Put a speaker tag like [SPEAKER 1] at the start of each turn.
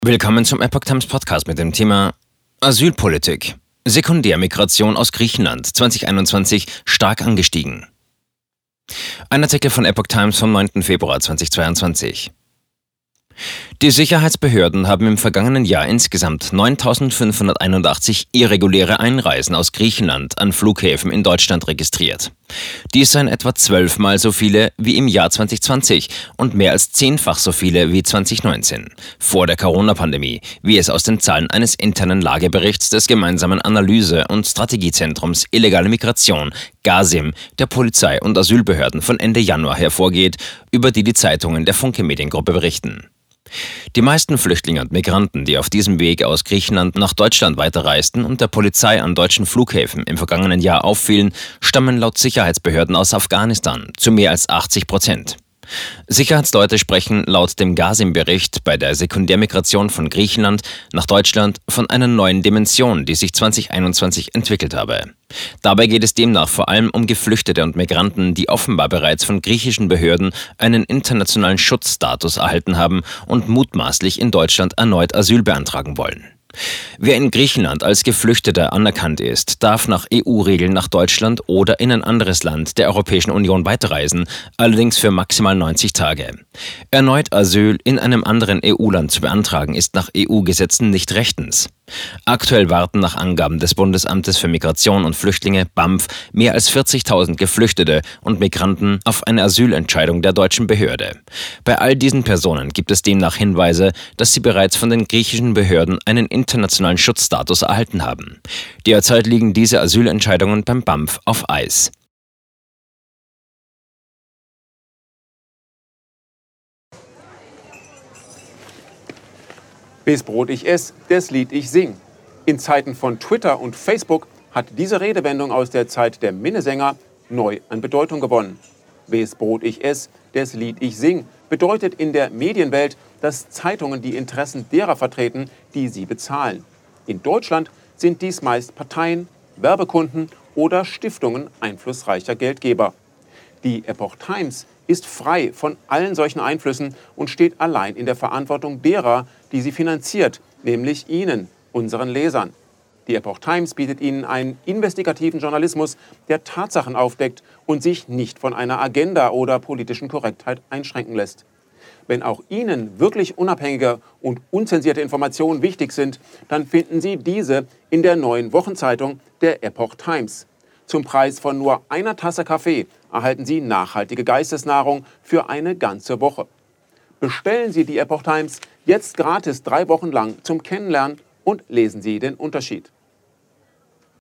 [SPEAKER 1] Willkommen zum Epoch Times Podcast mit dem Thema Asylpolitik. Sekundärmigration aus Griechenland 2021 stark angestiegen. Ein Artikel von Epoch Times vom 9. Februar 2022. Die Sicherheitsbehörden haben im vergangenen Jahr insgesamt 9.581 irreguläre Einreisen aus Griechenland an Flughäfen in Deutschland registriert. Dies seien etwa 12-mal so viele wie im Jahr 2020 und mehr als 10-fach so viele wie 2019, vor der Corona-Pandemie, wie es aus den Zahlen eines internen Lageberichts des gemeinsamen Analyse- und Strategiezentrums Illegale Migration, GASIM, der Polizei und Asylbehörden von Ende Januar hervorgeht, über die Zeitungen der Funke Mediengruppe berichten. Die meisten Flüchtlinge und Migranten, die auf diesem Weg aus Griechenland nach Deutschland weiterreisten und der Polizei an deutschen Flughäfen im vergangenen Jahr auffielen, stammen laut Sicherheitsbehörden aus Afghanistan zu mehr als 80%. Sicherheitsleute sprechen laut dem GASIM-Bericht bei der Sekundärmigration von Griechenland nach Deutschland von einer neuen Dimension, die sich 2021 entwickelt habe. Dabei geht es demnach vor allem um Geflüchtete und Migranten, die offenbar bereits von griechischen Behörden einen internationalen Schutzstatus erhalten haben und mutmaßlich in Deutschland erneut Asyl beantragen wollen. Wer in Griechenland als Geflüchteter anerkannt ist, darf nach EU-Regeln nach Deutschland oder in ein anderes Land der Europäischen Union weiterreisen, allerdings für maximal 90 Tage. Erneut Asyl in einem anderen EU-Land zu beantragen, ist nach EU-Gesetzen nicht rechtens. Aktuell warten nach Angaben des Bundesamtes für Migration und Flüchtlinge BAMF mehr als 40.000 Geflüchtete und Migranten auf eine Asylentscheidung der deutschen Behörde. Bei all diesen Personen gibt es demnach Hinweise, dass sie bereits von den griechischen Behörden einen internationalen Schutzstatus erhalten haben. Derzeit liegen diese Asylentscheidungen beim BAMF auf Eis.
[SPEAKER 2] Wes Brot ich ess, des Lied ich sing. In Zeiten von Twitter und Facebook hat diese Redewendung aus der Zeit der Minnesänger neu an Bedeutung gewonnen. Wes Brot ich ess, des Lied ich sing bedeutet in der Medienwelt, dass Zeitungen die Interessen derer vertreten, die sie bezahlen. In Deutschland sind dies meist Parteien, Werbekunden oder Stiftungen einflussreicher Geldgeber. Die Epoch Times ist frei von allen solchen Einflüssen und steht allein in der Verantwortung derer, die sie finanziert, nämlich Ihnen, unseren Lesern. Die Epoch Times bietet Ihnen einen investigativen Journalismus, der Tatsachen aufdeckt und sich nicht von einer Agenda oder politischen Korrektheit einschränken lässt. Wenn auch Ihnen wirklich unabhängige und unzensierte Informationen wichtig sind, dann finden Sie diese in der neuen Wochenzeitung der Epoch Times. Zum Preis von nur einer Tasse Kaffee erhalten Sie nachhaltige Geistesnahrung für eine ganze Woche. Bestellen Sie die Epoch Times jetzt gratis 3 Wochen lang zum Kennenlernen und lesen Sie den Unterschied.